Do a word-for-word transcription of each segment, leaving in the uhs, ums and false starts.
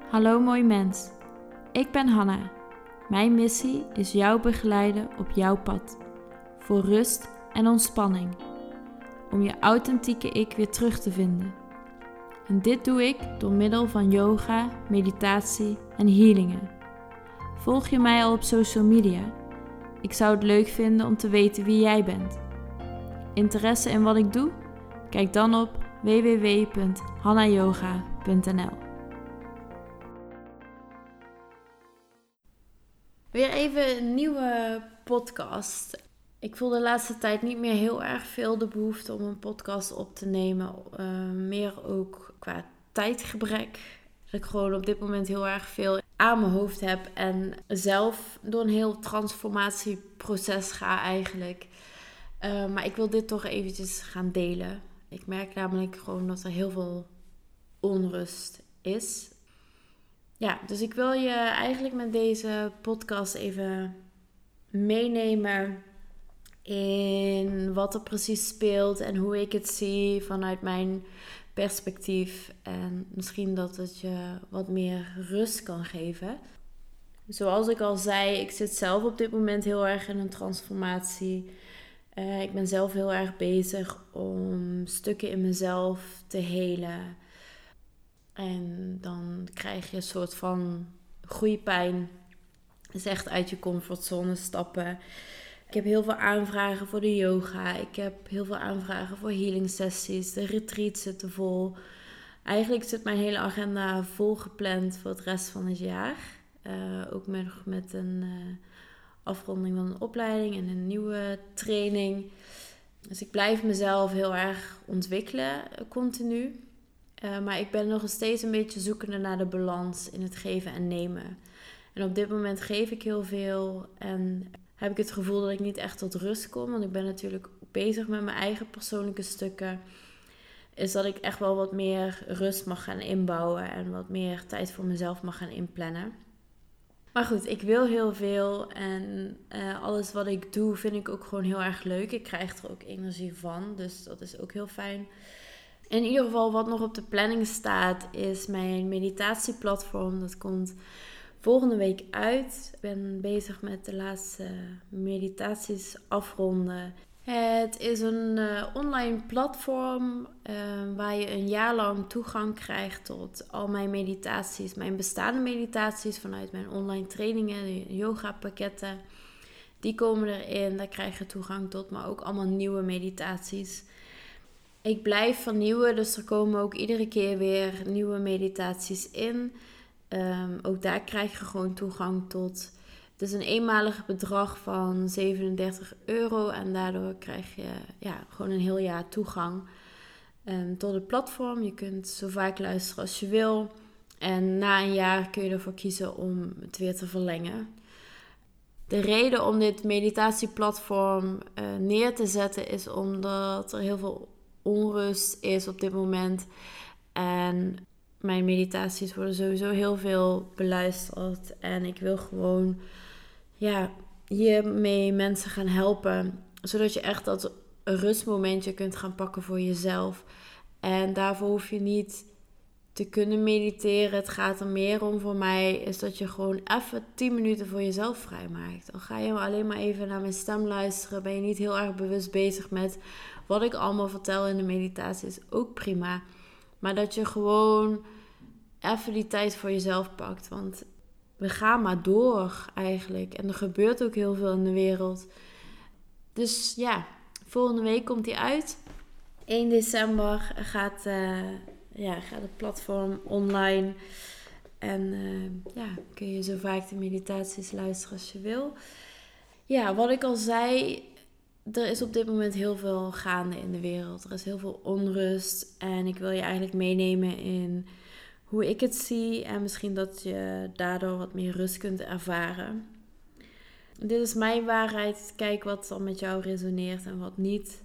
Hallo mooi mens, ik ben Hanna. Mijn missie is jou begeleiden op jouw pad, voor rust en ontspanning, om je authentieke ik weer terug te vinden. En dit doe ik door middel van yoga, meditatie en healingen. Volg je mij al op social media? Ik zou het leuk vinden om te weten wie jij bent. Interesse in wat ik doe? Kijk dan op w w w punt hanna yoga punt n l. Weer even een nieuwe podcast. Ik voel de laatste tijd niet meer heel erg veel de behoefte om een podcast op te nemen. Uh, meer ook qua tijdgebrek. Dat ik gewoon op dit moment heel erg veel aan mijn hoofd heb. En zelf door een heel transformatieproces ga eigenlijk. Uh, maar ik wil dit toch eventjes gaan delen. Ik merk namelijk gewoon dat er heel veel onrust is. Ja, dus ik wil je eigenlijk met deze podcast even meenemen in wat er precies speelt en hoe ik het zie vanuit mijn perspectief. En misschien dat het je wat meer rust kan geven. Zoals ik al zei, ik zit zelf op dit moment heel erg in een transformatie. Uh, ik ben zelf heel erg bezig om stukken in mezelf te helen. En dan krijg je een soort van groeipijn. Dus echt uit je comfortzone stappen. Ik heb heel veel aanvragen voor de yoga. Ik heb heel veel aanvragen voor healing sessies. De retreats zitten vol. Eigenlijk zit mijn hele agenda vol gepland voor het rest van het jaar. Uh, ook met, met een uh, afronding van een opleiding en een nieuwe training. Dus ik blijf mezelf heel erg ontwikkelen, continu. Uh, maar ik ben nog steeds een beetje zoekende naar de balans in het geven en nemen. En op dit moment geef ik heel veel en heb ik het gevoel dat ik niet echt tot rust kom. Want ik ben natuurlijk bezig met mijn eigen persoonlijke stukken. Is dat ik echt wel wat meer rust mag gaan inbouwen en wat meer tijd voor mezelf mag gaan inplannen. Maar goed, ik wil heel veel en uh, alles wat ik doe vind ik ook gewoon heel erg leuk. Ik krijg er ook energie van, dus dat is ook heel fijn. In ieder geval wat nog op de planning staat is mijn meditatieplatform. Dat komt volgende week uit. Ik ben bezig met de laatste meditaties afronden. Het is een uh, online platform uh, waar je een jaar lang toegang krijgt tot al mijn meditaties. Mijn bestaande meditaties vanuit mijn online trainingen, de yoga pakketten. Die komen erin, daar krijg je toegang tot, maar ook allemaal nieuwe meditaties. Ik blijf vernieuwen, dus er komen ook iedere keer weer nieuwe meditaties in. Um, ook daar krijg je gewoon toegang tot. Het is een eenmalig bedrag van zevenendertig euro en daardoor krijg je ja, gewoon een heel jaar toegang um, tot het platform. Je kunt zo vaak luisteren als je wil. En na een jaar kun je ervoor kiezen om het weer te verlengen. De reden om dit meditatieplatform uh, neer te zetten is omdat er heel veel onrust is op dit moment. En mijn meditaties worden sowieso heel veel beluisterd. En ik wil gewoon ja, hiermee mensen gaan helpen. Zodat je echt dat rustmomentje kunt gaan pakken voor jezelf. En daarvoor hoef je niet te kunnen mediteren. Het gaat er meer om voor mij is dat je gewoon even tien minuten voor jezelf vrijmaakt. Dan ga je alleen maar even naar mijn stem luisteren. Ben je niet heel erg bewust bezig met wat ik allemaal vertel in de meditatie, is ook prima. Maar dat je gewoon even die tijd voor jezelf pakt. Want we gaan maar door eigenlijk. En er gebeurt ook heel veel in de wereld. Dus ja, volgende week komt die uit. één december gaat, uh, ja, gaat het platform online. En uh, ja, kun je zo vaak de meditaties luisteren als je wil. Ja, wat ik al zei, er is op dit moment heel veel gaande in de wereld. Er is heel veel onrust. En ik wil je eigenlijk meenemen in hoe ik het zie. En misschien dat je daardoor wat meer rust kunt ervaren. Dit is mijn waarheid. Kijk wat er met jou resoneert en wat niet.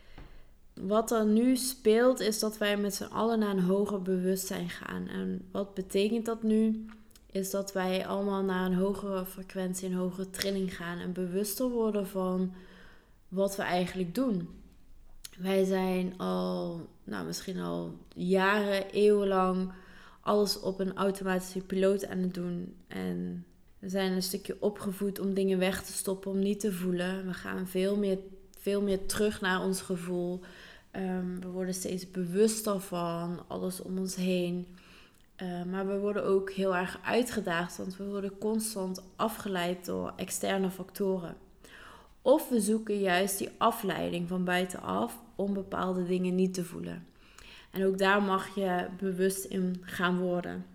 Wat er nu speelt is dat wij met z'n allen naar een hoger bewustzijn gaan. En wat betekent dat nu? Is dat wij allemaal naar een hogere frequentie, een hogere trilling gaan. En bewuster worden van wat we eigenlijk doen. Wij zijn al, nou misschien al jaren, eeuwenlang alles op een automatische piloot aan het doen. En we zijn een stukje opgevoed om dingen weg te stoppen, om niet te voelen. We gaan veel meer, veel meer terug naar ons gevoel. Um, we worden steeds bewuster van alles om ons heen. Uh, maar we worden ook heel erg uitgedaagd, want we worden constant afgeleid door externe factoren. Of we zoeken juist die afleiding van buitenaf om bepaalde dingen niet te voelen. En ook daar mag je bewust in gaan worden.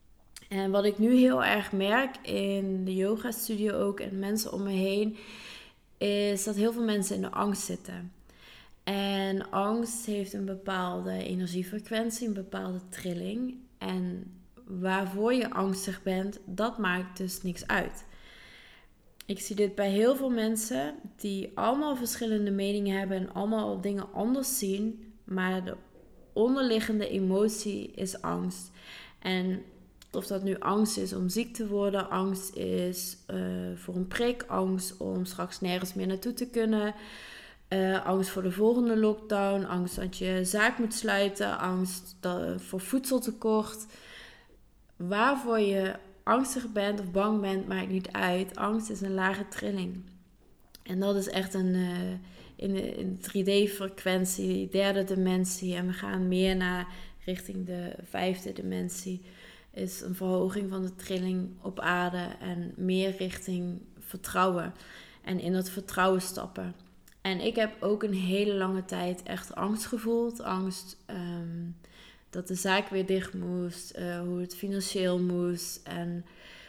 En wat ik nu heel erg merk in de yoga studio ook en mensen om me heen, is dat heel veel mensen in de angst zitten. En angst heeft een bepaalde energiefrequentie, een bepaalde trilling. En waarvoor je angstig bent, dat maakt dus niks uit. Ik zie dit bij heel veel mensen die allemaal verschillende meningen hebben en allemaal dingen anders zien. Maar de onderliggende emotie is angst. En of dat nu angst is om ziek te worden, angst is uh, voor een prik, angst om straks nergens meer naartoe te kunnen, uh, angst voor de volgende lockdown, angst dat je zaak moet sluiten, angst dat, voor voedseltekort. Waarvoor je angstig bent of bang bent, maakt niet uit. Angst is een lage trilling. En dat is echt een uh, in de, in de drie D-frequentie, derde dimensie. En we gaan meer naar richting de vijfde dimensie. Is een verhoging van de trilling op aarde en meer richting vertrouwen. En in dat vertrouwen stappen. En ik heb ook een hele lange tijd echt angst gevoeld. Angst um, dat de zaak weer dicht moest, uh, hoe het financieel moest. En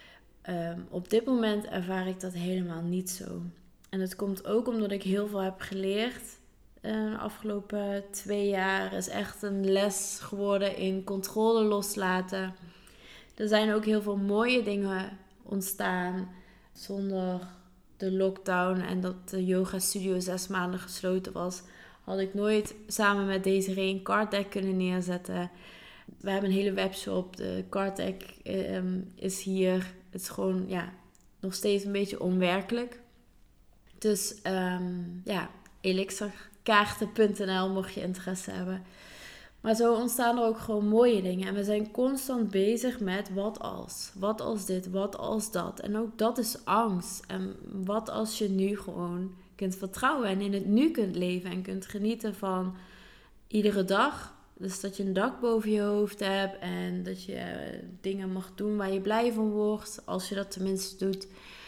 um, op dit moment ervaar ik dat helemaal niet zo. En het komt ook omdat ik heel veel heb geleerd. Uh, de afgelopen twee jaar is echt een les geworden in controle loslaten. Er zijn ook heel veel mooie dingen ontstaan zonder de lockdown en dat de yoga studio zes maanden gesloten was. Had ik nooit samen met Desiree een card deck kunnen neerzetten. We hebben een hele webshop. De card deck um, is hier. Het is gewoon ja, nog steeds een beetje onwerkelijk. Dus um, ja, elixirkaarten punt n l mocht je interesse hebben. Maar zo ontstaan er ook gewoon mooie dingen. En we zijn constant bezig met wat als. Wat als dit, wat als dat. En ook dat is angst. En wat als je nu gewoon kunt vertrouwen en in het nu kunt leven. En kunt genieten van iedere dag. Dus dat je een dak boven je hoofd hebt. En dat je dingen mag doen waar je blij van wordt. Als je dat tenminste doet.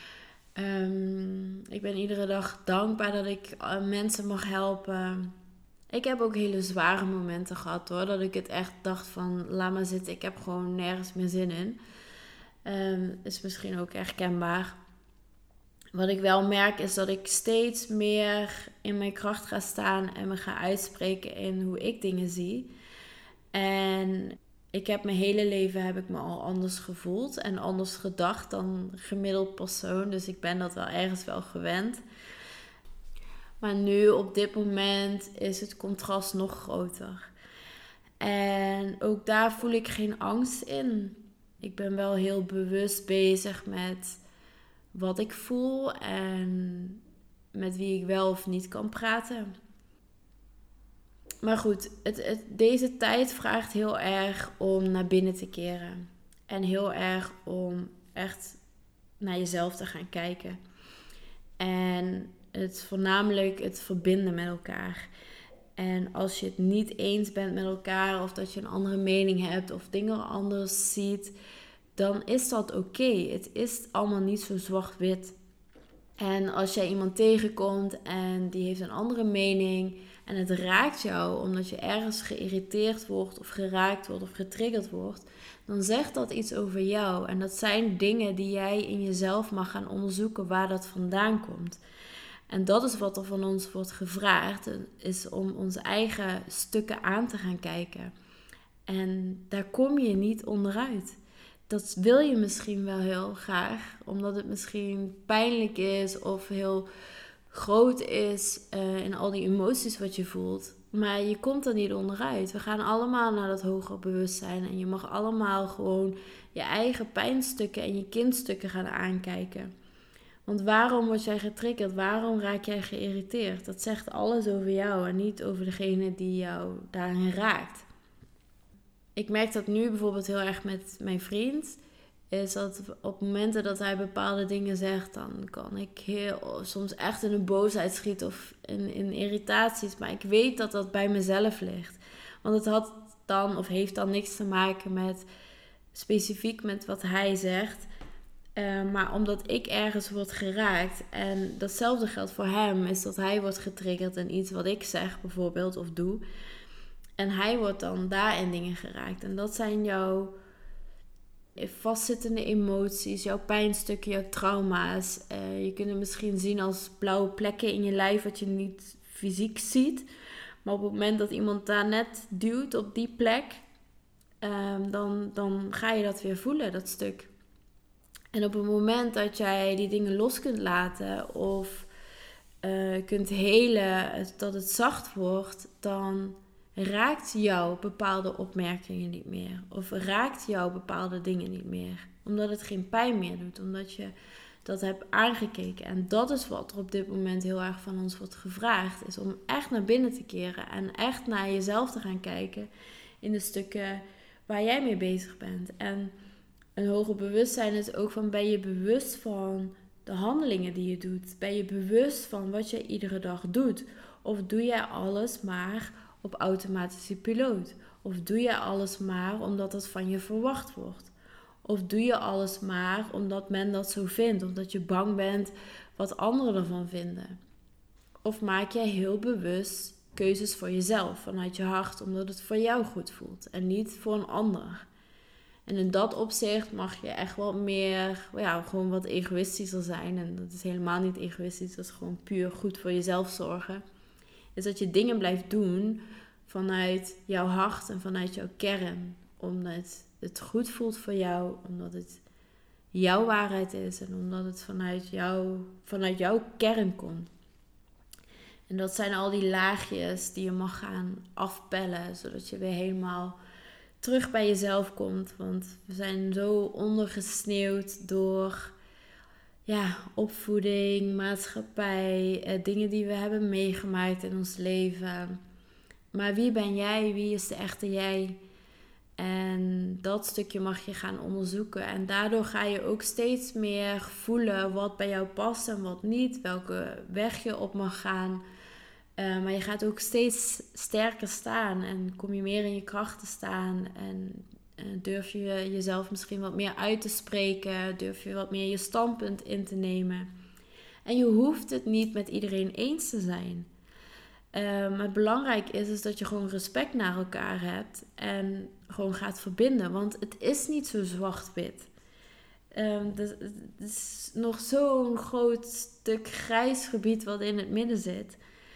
Um, ik ben iedere dag dankbaar dat ik uh, mensen mag helpen. Ik heb ook hele zware momenten gehad hoor. Dat ik het echt dacht van laat maar zitten. Ik heb gewoon nergens meer zin in. Um, is misschien ook herkenbaar. Wat ik wel merk is dat ik steeds meer in mijn kracht ga staan. En me ga uitspreken in hoe ik dingen zie. En ik heb mijn hele leven heb ik me al anders gevoeld. En anders gedacht dan gemiddeld persoon. Dus ik ben dat wel ergens wel gewend. Maar nu, op dit moment, is het contrast nog groter. En ook daar voel ik geen angst in. Ik ben wel heel bewust bezig met wat ik voel en met wie ik wel of niet kan praten. Maar goed, het, het, deze tijd vraagt heel erg om naar binnen te keren. En heel erg om echt naar jezelf te gaan kijken. En het voornamelijk het verbinden met elkaar. En als je het niet eens bent met elkaar, of dat je een andere mening hebt, of dingen anders ziet, dan is dat oké. Okay. Het is allemaal niet zo zwart-wit. En als jij iemand tegenkomt en die heeft een andere mening en het raakt jou omdat je ergens geïrriteerd wordt of geraakt wordt of getriggerd wordt, dan zegt dat iets over jou. En dat zijn dingen die jij in jezelf mag gaan onderzoeken waar dat vandaan komt. En dat is wat er van ons wordt gevraagd, is om onze eigen stukken aan te gaan kijken. En daar kom je niet onderuit. Dat wil je misschien wel heel graag, omdat het misschien pijnlijk is of heel groot is uh, in al die emoties wat je voelt. Maar je komt er niet onderuit. We gaan allemaal naar dat hoger bewustzijn en je mag allemaal gewoon je eigen pijnstukken en je kindstukken gaan aankijken. Want waarom word jij getriggerd? Waarom raak jij geïrriteerd? Dat zegt alles over jou en niet over degene die jou daarin raakt. ik merk dat nu bijvoorbeeld heel erg met mijn vriend. Is dat op momenten dat hij bepaalde dingen zegt, dan kan ik heel, soms echt in een boosheid schieten of in, in irritaties. Maar ik weet dat dat bij mezelf ligt. Want het had dan of heeft dan niks te maken met specifiek met wat hij zegt. Uh, maar omdat ik ergens word geraakt. En datzelfde geldt voor hem. Is dat hij wordt getriggerd in iets wat ik zeg bijvoorbeeld of doe. En hij wordt dan daarin dingen geraakt. En dat zijn jouw vastzittende emoties, jouw pijnstukken, jouw trauma's. Uh, je kunt het misschien zien als blauwe plekken in je lijf wat je niet fysiek ziet. Maar op het moment dat iemand daar net duwt op die plek, um, dan, dan ga je dat weer voelen, dat stuk. En op het moment dat jij die dingen los kunt laten of uh, kunt helen, dat het zacht wordt, dan raakt jou bepaalde opmerkingen niet meer. Of raakt jou bepaalde dingen niet meer. Omdat het geen pijn meer doet. Omdat je dat hebt aangekeken. En dat is wat er op dit moment heel erg van ons wordt gevraagd. Is om echt naar binnen te keren. En echt naar jezelf te gaan kijken. In de stukken waar jij mee bezig bent. En een hoger bewustzijn is ook van, ben je bewust van de handelingen die je doet? Ben je bewust van wat je iedere dag doet? Of doe jij alles maar op automatische piloot? Of doe je alles maar omdat het van je verwacht wordt? Of doe je alles maar omdat men dat zo vindt? Omdat je bang bent wat anderen ervan vinden? Of maak jij heel bewust keuzes voor jezelf vanuit je hart, omdat het voor jou goed voelt en niet voor een ander? En in dat opzicht mag je echt wat meer, ja, gewoon wat egoïstischer zijn. En dat is helemaal niet egoïstisch, dat is gewoon puur goed voor jezelf zorgen. Is dat je dingen blijft doen vanuit jouw hart en vanuit jouw kern. Omdat het goed voelt voor jou, omdat het jouw waarheid is en omdat het vanuit, jou, vanuit jouw kern komt. En dat zijn al die laagjes die je mag gaan afpellen, zodat je weer helemaal terug bij jezelf komt. Want we zijn zo ondergesneeuwd door ja, opvoeding, maatschappij, eh, dingen die we hebben meegemaakt in ons leven. Maar wie ben jij? Wie is de echte jij? En dat stukje mag je gaan onderzoeken. En daardoor ga je ook steeds meer voelen wat bij jou past en wat niet. Welke weg je op mag gaan. Uh, maar je gaat ook steeds sterker staan. En kom je meer in je kracht te staan. En uh, durf je jezelf misschien wat meer uit te spreken. Durf je wat meer je standpunt in te nemen. En je hoeft het niet met iedereen eens te zijn. Uh, maar belangrijk is, is dat je gewoon respect naar elkaar hebt. En gewoon gaat verbinden. Want het is niet zo zwart-wit. Um, dus, het is nog zo'n groot stuk grijs gebied wat in het midden zit.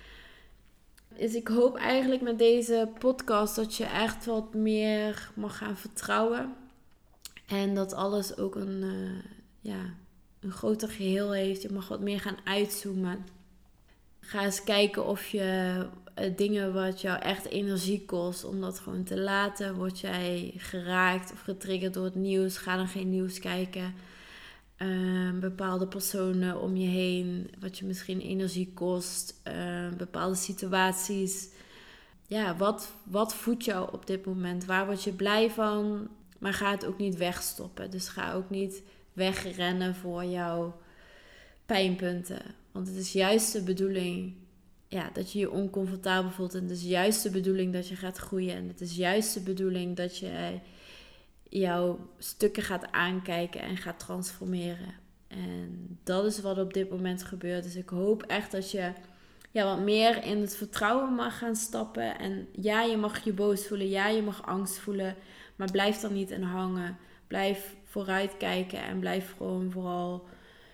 Dus ik hoop eigenlijk met deze podcast dat je echt wat meer mag gaan vertrouwen. En dat alles ook een, uh, ja, een groter geheel heeft. Je mag wat meer gaan uitzoomen. Ga eens kijken of je uh, dingen wat jou echt energie kost, om dat gewoon te laten. Word jij geraakt of getriggerd door het nieuws? Ga dan geen nieuws kijken. Uh, bepaalde personen om je heen, wat je misschien energie kost. Uh, bepaalde situaties. Ja, wat, wat voedt jou op dit moment? Waar word je blij van? Maar ga het ook niet wegstoppen. Dus ga ook niet wegrennen voor jouw pijnpunten. Want het is juist de bedoeling, ja, dat je je oncomfortabel voelt. En het is juist de bedoeling dat je gaat groeien. En het is juist de bedoeling dat je jouw stukken gaat aankijken en gaat transformeren. En dat is wat op dit moment gebeurt. Dus ik hoop echt dat je ja, wat meer in het vertrouwen mag gaan stappen. En ja, je mag je boos voelen. Ja, je mag angst voelen. Maar blijf er niet in hangen. Blijf vooruit kijken en blijf gewoon vooral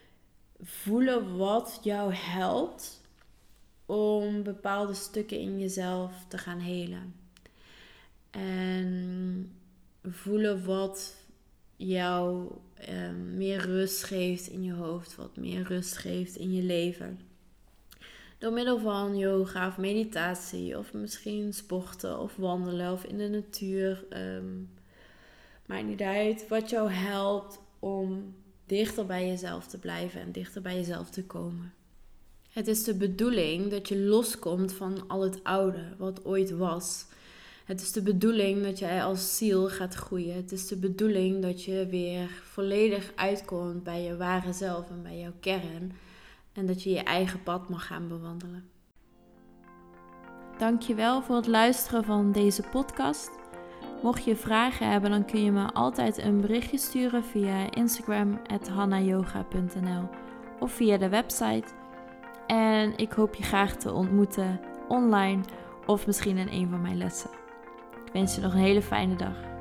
voelen wat jou helpt om bepaalde stukken in jezelf te gaan helen. En voelen wat jou eh, meer rust geeft in je hoofd, wat meer rust geeft in je leven. Door middel van yoga of meditatie of misschien sporten of wandelen of in de natuur. Um, maakt niet uit wat jou helpt om dichter bij jezelf te blijven en dichter bij jezelf te komen. Het is de bedoeling dat je loskomt van al het oude wat ooit was. Het is de bedoeling dat jij als ziel gaat groeien. Het is de bedoeling dat je weer volledig uitkomt bij je ware zelf en bij jouw kern. En dat je je eigen pad mag gaan bewandelen. Dankjewel voor het luisteren van deze podcast. Mocht je vragen hebben, dan kun je me altijd een berichtje sturen via Instagram at hannayoga punt n l of via de website. En ik hoop je graag te ontmoeten online of misschien in een van mijn lessen. Ik wens je nog een hele fijne dag.